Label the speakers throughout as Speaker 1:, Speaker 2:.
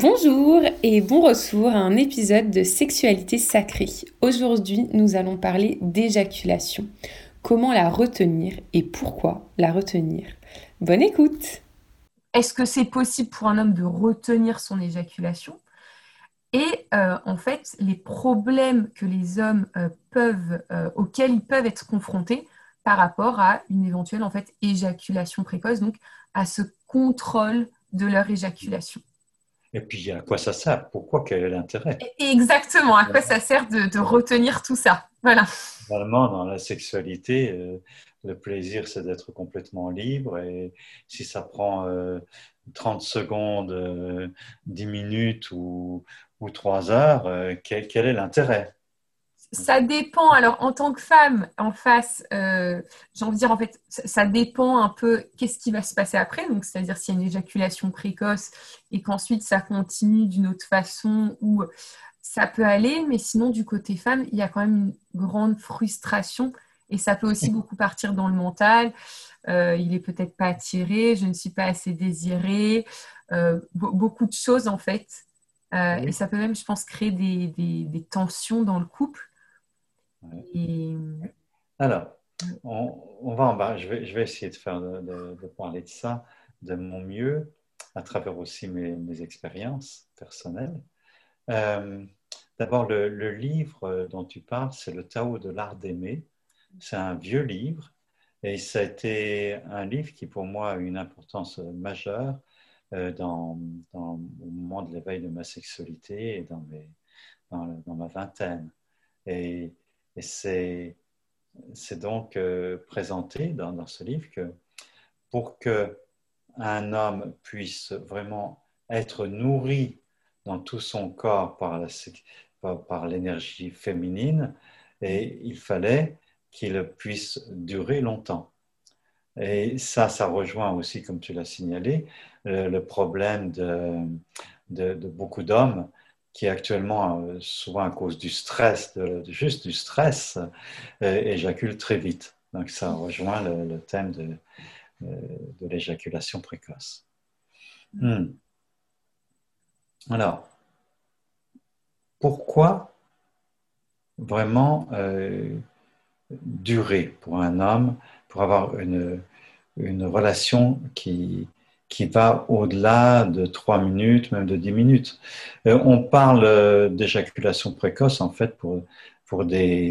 Speaker 1: Bonjour et bon retour à un épisode de Sexualité sacrée. Aujourd'hui, nous allons parler d'éjaculation. Comment la retenir et pourquoi la retenir? Bonne écoute!
Speaker 2: Est-ce que c'est possible pour un homme de retenir son éjaculation? Et en fait, les problèmes que les hommes auxquels ils peuvent être confrontés par rapport à une éventuelle en fait éjaculation précoce, donc à ce contrôle de leur éjaculation.
Speaker 3: Et puis, à quoi ça sert? Pourquoi? Quel est l'intérêt?
Speaker 2: Et exactement, à quoi ça sert de retenir tout ça? Voilà.
Speaker 3: Normalement, dans la sexualité, le plaisir, c'est d'être complètement libre. Et si ça prend 30 secondes, 10 minutes ou 3 heures, quel est l'intérêt?
Speaker 2: Ça dépend. Alors, en tant que femme, en face, j'ai envie de dire, en fait, ça dépend un peu qu'est-ce qui va se passer après. Donc, c'est-à-dire s'il y a une éjaculation précoce et qu'ensuite ça continue d'une autre façon ou ça peut aller. Mais sinon, du côté femme, il y a quand même une grande frustration et ça peut aussi beaucoup partir dans le mental. Il est peut-être pas attiré, je ne suis pas assez désirée. Beaucoup de choses, en fait. Et
Speaker 3: Oui.
Speaker 2: ça peut même, je pense, créer des tensions dans le couple.
Speaker 3: Ouais.
Speaker 2: Et
Speaker 3: Alors, je vais essayer de parler de ça de mon mieux, à travers aussi mes expériences personnelles. Euh, D'abord, le livre dont tu parles, c'est le Tao de l'art d'aimer. C'est un vieux livre et ça a été un livre qui, pour moi, a une importance majeure au moment de l'éveil de ma sexualité et dans ma vingtaine. Et, et c'est donc présenté dans ce livre que pour qu'un homme puisse vraiment être nourri dans tout son corps par l'énergie féminine, et il fallait qu'il puisse durer longtemps. Et ça rejoint aussi, comme tu l'as signalé, le problème de beaucoup d'hommes qui actuellement, souvent à cause du stress, juste du stress, éjaculent très vite. Donc ça rejoint le thème de l'éjaculation précoce. Hmm. Alors, pourquoi vraiment durer pour un homme, pour avoir une relation qui va au-delà de 3 minutes, même de 10 minutes? On parle d'éjaculation précoce, en fait, pour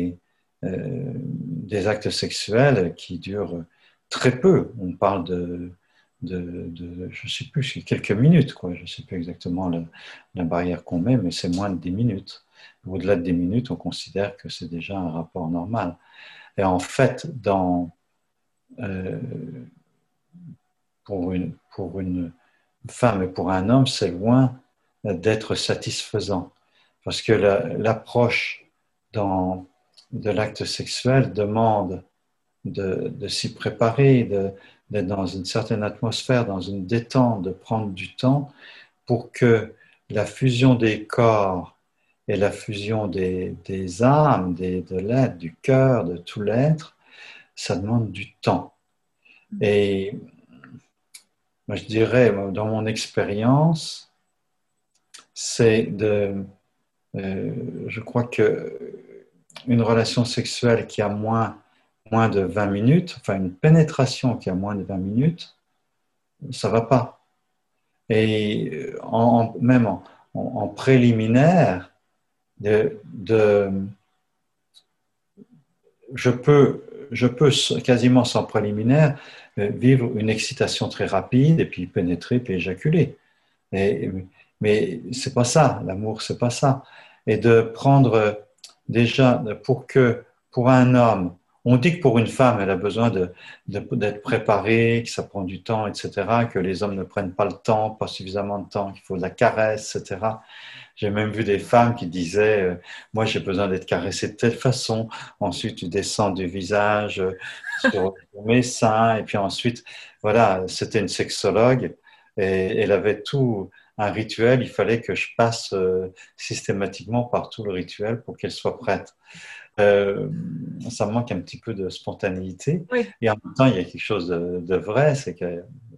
Speaker 3: des actes sexuels qui durent très peu. On parle je ne sais plus, quelques minutes, quoi. Je ne sais plus exactement la barrière qu'on met, mais c'est moins de 10 minutes. Au-delà de 10 minutes, on considère que c'est déjà un rapport normal. Et en fait, euh, pour une femme et pour un homme, c'est loin d'être satisfaisant. Parce que l'approche de l'acte sexuel demande de s'y préparer, d'être dans une certaine atmosphère, dans une détente, de prendre du temps pour que la fusion des corps et la fusion des âmes, de l'être, du cœur, de tout l'être, ça demande du temps. Et moi, je dirais, dans mon expérience, c'est je crois que une relation sexuelle qui a moins de 20 minutes, enfin une pénétration qui a moins de 20 minutes, ça ne va pas. Et même en préliminaire, de, de, je peux quasiment sans préliminaire vivre une excitation très rapide et puis pénétrer puis éjaculer. Et, mais c'est pas ça, l'amour c'est pas ça. Et de prendre déjà pour un homme, on dit que pour une femme elle a besoin d'être préparée, que ça prend du temps, etc., que les hommes ne prennent pas le temps, pas suffisamment de temps, qu'il faut de la caresse, etc. J'ai même vu des femmes qui disaient, moi j'ai besoin d'être caressée de telle façon, ensuite tu descends du visage sur mes seins, et puis ensuite, voilà, c'était une sexologue, et elle avait tout un rituel, il fallait que je passe systématiquement par tout le rituel pour qu'elle soit prête. Euh, Ça manque un petit peu de spontanéité,
Speaker 2: oui,
Speaker 3: et en même temps il y a quelque chose de vrai, c'est que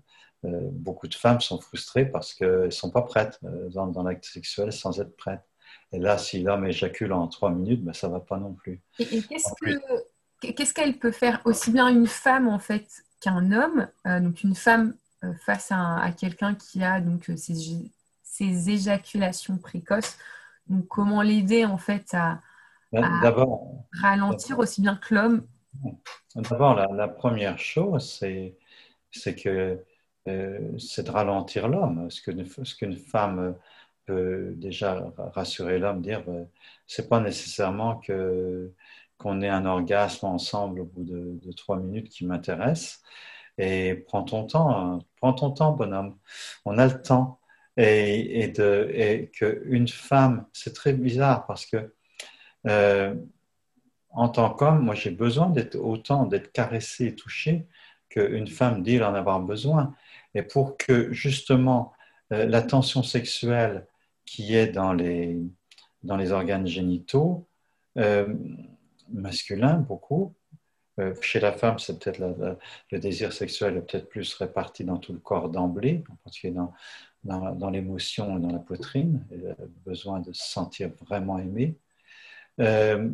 Speaker 3: beaucoup de femmes sont frustrées parce qu'elles ne sont pas prêtes dans l'acte sexuel sans être prêtes. Et là, si l'homme éjacule en 3 minutes, ben, ça ne va pas non plus.
Speaker 2: Et
Speaker 3: En plus,
Speaker 2: qu'est-ce qu'elle peut faire aussi bien une femme en fait qu'un homme, donc une femme face à quelqu'un qui a donc ces éjaculations précoces, donc comment l'aider en fait à
Speaker 3: d'abord,
Speaker 2: ralentir aussi bien que l'homme.
Speaker 3: d'abord la première chose, c'est que c'est de ralentir l'homme. Ce qu'une femme peut déjà rassurer l'homme, dire c'est pas nécessairement qu'on ait un orgasme ensemble au bout de 3 minutes qui m'intéresse. Et prends ton temps, bonhomme. On a le temps. Et qu'une femme, c'est très bizarre parce que euh, en tant qu'homme, moi j'ai besoin d'être caressé et touché qu'une femme dit en avoir besoin. Et pour que justement la tension sexuelle qui est dans les organes génitaux, euh, masculins beaucoup, chez la femme, c'est peut-être le désir sexuel est peut-être plus réparti dans tout le corps d'emblée, en particulier dans l'émotion et dans la poitrine, et le besoin de se sentir vraiment aimé. Euh,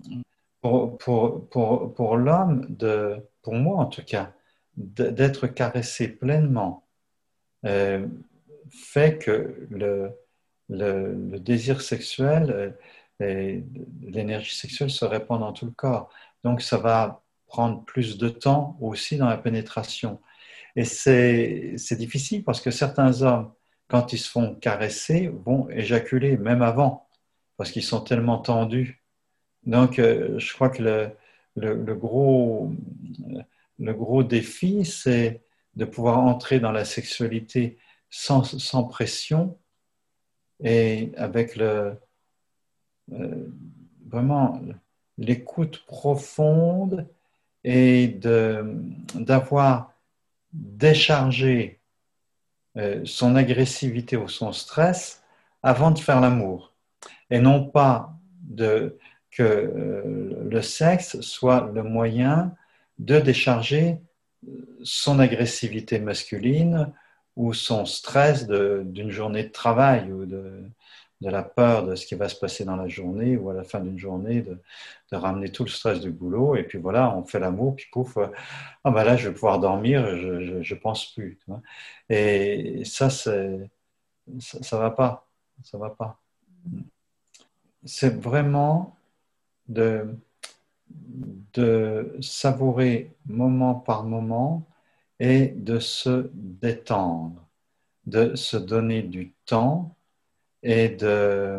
Speaker 3: pour l'homme, pour moi en tout cas, d'être caressé pleinement euh, fait que le désir sexuel et l'énergie sexuelle se répand dans tout le corps. Donc ça va prendre plus de temps aussi dans la pénétration. Et c'est difficile parce que certains hommes, quand ils se font caresser, vont éjaculer même avant, parce qu'ils sont tellement tendus. Donc, je crois que le le gros défi, c'est de pouvoir entrer dans la sexualité sans pression et avec euh, vraiment l'écoute profonde et d'avoir déchargé son agressivité ou son stress avant de faire l'amour. Et non pas que le sexe soit le moyen de décharger son agressivité masculine ou son stress d'une journée de travail ou de la peur de ce qui va se passer dans la journée ou à la fin d'une journée, de ramener tout le stress du boulot. Et puis voilà, on fait l'amour, puis pouf, ah ben là, je vais pouvoir dormir, je pense plus. Tu vois. Et ça va pas. Ça va pas. C'est vraiment de, de savourer moment par moment et de se détendre, de se donner du temps et de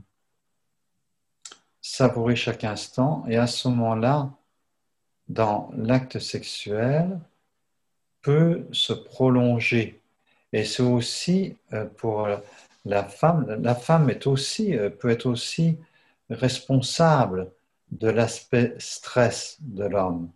Speaker 3: savourer chaque instant. Et à ce moment-là, dans l'acte sexuel, peut se prolonger. Et c'est aussi pour la femme est aussi, peut être aussi responsable de l'aspect stress de l'homme.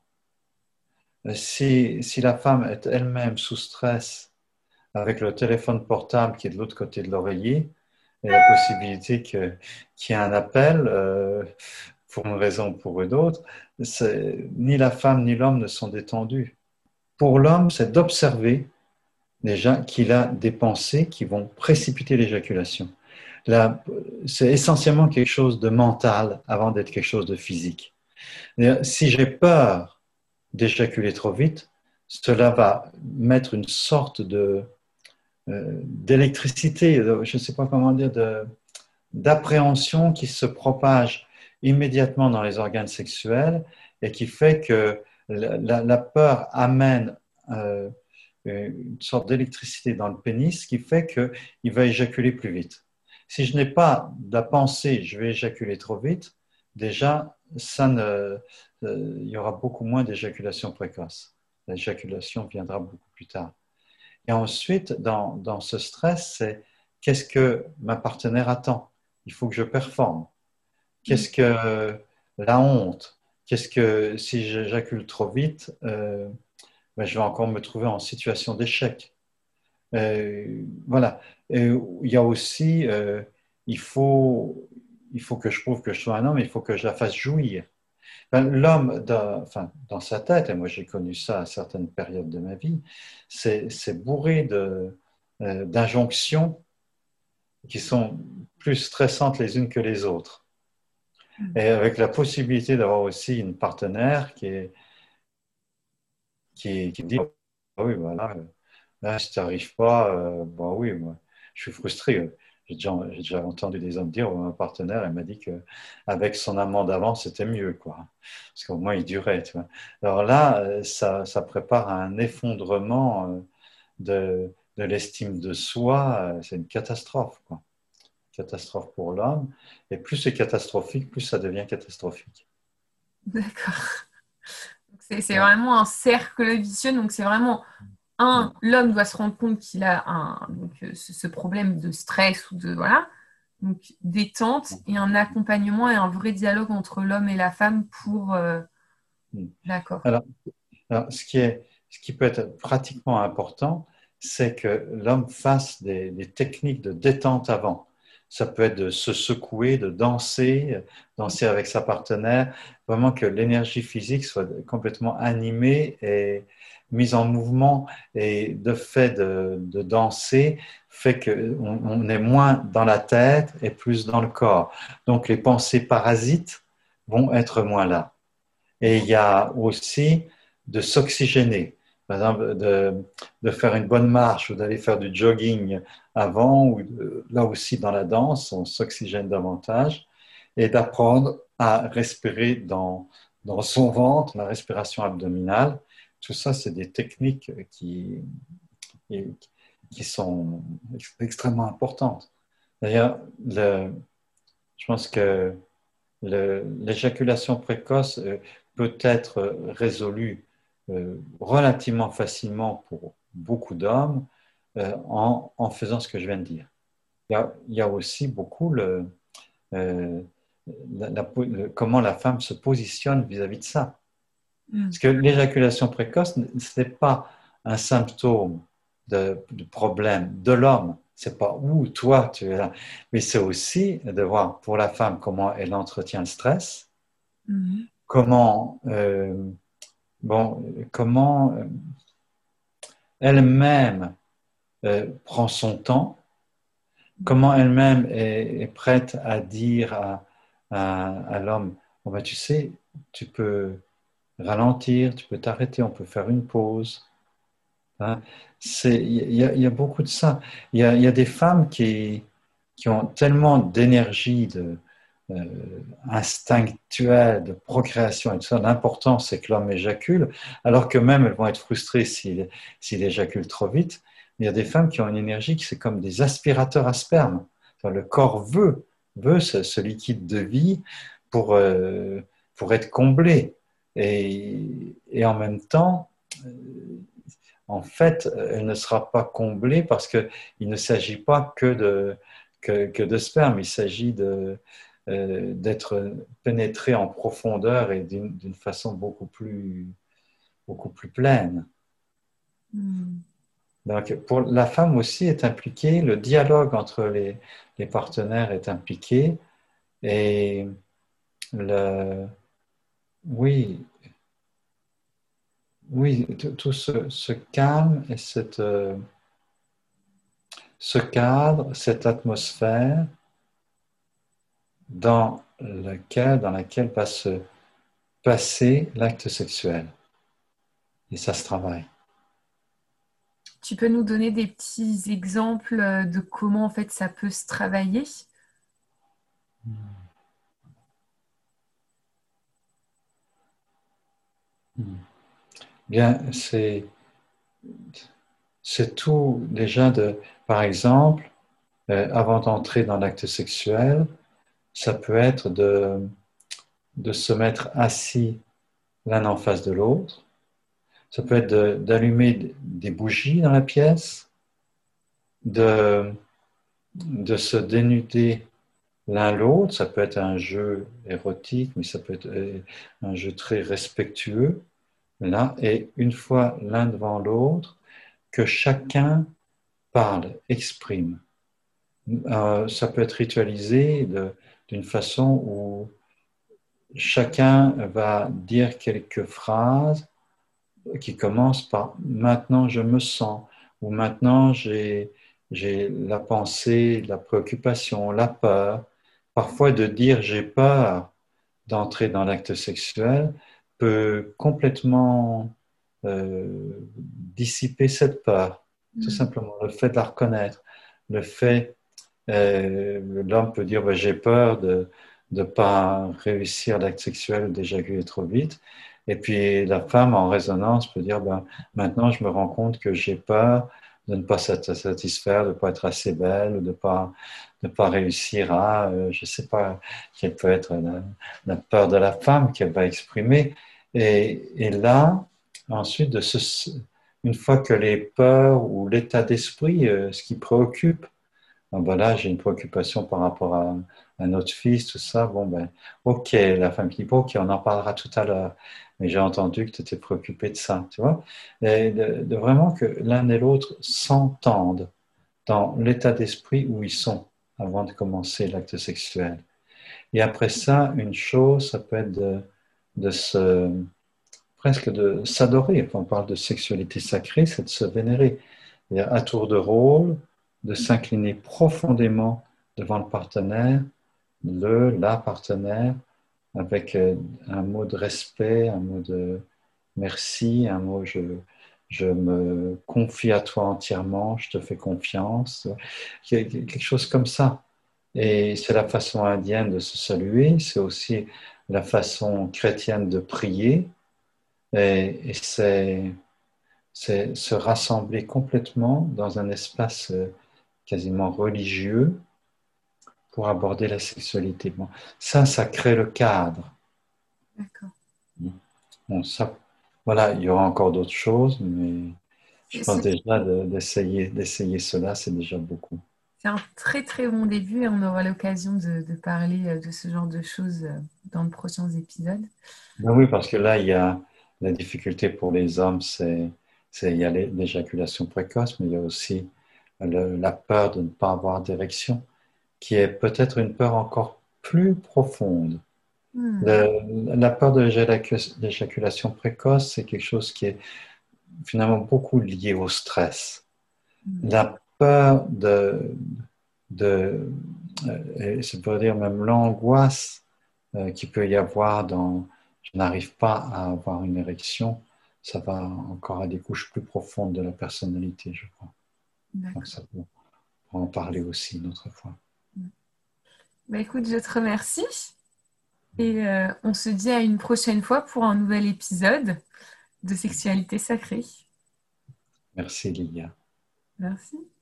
Speaker 3: Si la femme est elle-même sous stress avec le téléphone portable qui est de l'autre côté de l'oreiller, et la possibilité qu'il y ait un appel pour une raison ou pour une autre, ni la femme ni l'homme ne sont détendus. Pour l'homme, c'est d'observer déjà qu'il a des pensées qui vont précipiter l'éjaculation. Là, c'est essentiellement quelque chose de mental avant d'être quelque chose de physique. Si j'ai peur d'éjaculer trop vite, cela va mettre une sorte d'électricité, je ne sais pas comment dire, d'appréhension qui se propage immédiatement dans les organes sexuels et qui fait que la peur amène une sorte d'électricité dans le pénis qui fait qu'il va éjaculer plus vite. Si je n'ai pas la pensée, je vais éjaculer trop vite, déjà, il y aura beaucoup moins d'éjaculation précoce. L'éjaculation viendra beaucoup plus tard. Et ensuite, dans ce stress, c'est qu'est-ce que ma partenaire attend? Il faut que je performe. Qu'est-ce que la honte? Qu'est-ce que si j'éjacule trop vite, ben, je vais encore me trouver en situation d'échec. Voilà. Il y a aussi, il faut que je prouve que je sois un homme, il faut que je la fasse jouir. Ben, l'homme, dans sa tête, et moi j'ai connu ça à certaines périodes de ma vie, c'est bourré d'injonctions qui sont plus stressantes les unes que les autres. Et avec la possibilité d'avoir aussi une partenaire qui dit, ah oui, voilà, là, si tu n'arrives pas, bah oui, moi, je suis frustré. J'ai déjà entendu des hommes dire, ma partenaire, elle m'a dit qu'avec son amant d'avant, c'était mieux, quoi. Parce qu'au moins, il durait, tu vois. Alors là, ça prépare à un effondrement de l'estime de soi. C'est une catastrophe, quoi. Catastrophe pour l'homme. Et plus c'est catastrophique, plus ça devient catastrophique.
Speaker 2: D'accord. C'est
Speaker 3: Ouais.
Speaker 2: vraiment un cercle vicieux. Donc, c'est vraiment, l'homme doit se rendre compte qu'il a ce problème de stress ou de, voilà. Donc, détente et un accompagnement et un vrai dialogue entre l'homme et la femme pour... D'accord.
Speaker 3: Alors, Alors, ce qui peut être pratiquement important, c'est que l'homme fasse des techniques de détente avant. Ça peut être de se secouer, de danser, danser avec sa partenaire, vraiment que l'énergie physique soit complètement animée et mise en mouvement. Et de fait de danser fait qu'on est moins dans la tête et plus dans le corps. Donc les pensées parasites vont être moins là. Et il y a aussi de s'oxygéner. Par exemple, de faire une bonne marche ou d'aller faire du jogging avant, ou là aussi dans la danse, on s'oxygène davantage, et d'apprendre à respirer dans son ventre, la respiration abdominale. Tout ça, c'est des techniques qui sont extrêmement importantes. D'ailleurs, je pense que l'éjaculation précoce peut être résolue relativement facilement pour beaucoup d'hommes en faisant ce que je viens de dire. Il y a aussi beaucoup comment la femme se positionne vis-à-vis de ça. Parce que l'éjaculation précoce, ce n'est pas un symptôme de problème de l'homme. C'est pas où toi tu es là, mais c'est aussi de voir pour la femme comment elle entretient le stress, comment comment elle-même prend son temps, comment elle-même est prête à dire à l'homme, bon, ben, tu sais, tu peux ralentir, tu peux t'arrêter, on peut faire une pause. Hein. Il y a beaucoup de ça. Il y a des femmes qui ont tellement d'énergie instinctuelle, de procréation et tout ça. L'important, c'est que l'homme éjacule, alors que même elles vont être frustrées s'il éjacule trop vite. Mais il y a des femmes qui ont une énergie qui c'est comme des aspirateurs à sperme. Enfin, le corps veut ce liquide de vie pour être comblé. Et en même temps, en fait, elle ne sera pas comblée parce qu'il ne s'agit pas que de sperme, il s'agit d'être pénétré en profondeur et d'une façon beaucoup plus pleine. Donc, pour la femme aussi est impliquée, le dialogue entre les partenaires est impliqué et oui, oui, tout ce calme et ce cadre, cette atmosphère dans laquelle va se passer l'acte sexuel. Et ça se travaille.
Speaker 2: Tu peux nous donner des petits exemples de comment en fait ça peut se travailler?
Speaker 3: Bien, c'est tout déjà par exemple, avant d'entrer dans l'acte sexuel, ça peut être de se mettre assis l'un en face de l'autre. Ça peut être d'allumer des bougies dans la pièce, de se dénuder l'un l'autre. Ça peut être un jeu érotique, mais ça peut être un jeu très respectueux. Là, et une fois l'un devant l'autre, que chacun parle, exprime. Ça peut être ritualisé d'une façon où chacun va dire quelques phrases qui commencent par maintenant je me sens ou maintenant j'ai la pensée, la préoccupation, la peur. Parfois de dire j'ai peur d'entrer dans l'acte sexuel peut complètement dissiper cette peur. Tout simplement, le fait de la reconnaître, le fait, l'homme peut dire, ben, j'ai peur de ne pas réussir l'acte sexuel ou d'éjaculer trop vite. Et puis la femme, en résonance, peut dire, ben, maintenant je me rends compte que j'ai peur de ne pas satisfaire, de ne pas être assez belle, ou de ne pas réussir à, je ne sais pas, quelle peut être la peur de la femme qu'elle va exprimer. Et là, ensuite, une fois que les peurs ou l'état d'esprit, ce qui préoccupe, ben voilà, j'ai une préoccupation par rapport à notre fils, tout ça, bon ben, ok, la femme qui dit, ok, on en parlera tout à l'heure, mais j'ai entendu que tu étais préoccupé de ça, tu vois, et de vraiment que l'un et l'autre s'entendent dans l'état d'esprit où ils sont avant de commencer l'acte sexuel. Et après ça, une chose, ça peut être de se presque de s'adorer. Quand on parle de sexualité sacrée, c'est de se vénérer. Et à tour de rôle, de s'incliner profondément devant le partenaire, la partenaire, avec un mot de respect, un mot de merci, un mot je me confie à toi entièrement, je te fais confiance, quelque chose comme ça. Et c'est la façon indienne de se saluer, c'est aussi la façon chrétienne de prier, et c'est se rassembler complètement dans un espace quasiment religieux pour aborder la sexualité. Bon, ça crée le cadre.
Speaker 2: D'accord.
Speaker 3: Bon, ça, voilà, il y aura encore d'autres choses, mais je pense
Speaker 2: C'est
Speaker 3: déjà d'essayer cela, c'est déjà beaucoup.
Speaker 2: c'est un très très bon début et on aura l'occasion de parler de ce genre de choses dans de prochains épisodes.
Speaker 3: Ben oui, parce que là, il y a la difficulté pour les hommes, il y a l'éjaculation précoce, mais il y a aussi la peur de ne pas avoir d'érection, qui est peut-être une peur encore plus profonde.
Speaker 2: Hmm.
Speaker 3: La peur de l'éjaculation précoce, c'est quelque chose qui est finalement beaucoup lié au stress.
Speaker 2: Hmm.
Speaker 3: La peur de et ça peut dire même l'angoisse qu'il peut y avoir dans je n'arrive pas à avoir une érection, ça va encore à des couches plus profondes de la personnalité, je crois. Donc
Speaker 2: D'accord.
Speaker 3: ça peut en parler aussi une autre fois.
Speaker 2: Bah, écoute, je te remercie et on se dit à une prochaine fois pour un nouvel épisode de Sexualité sacrée.
Speaker 3: Merci Lilia.
Speaker 2: Merci.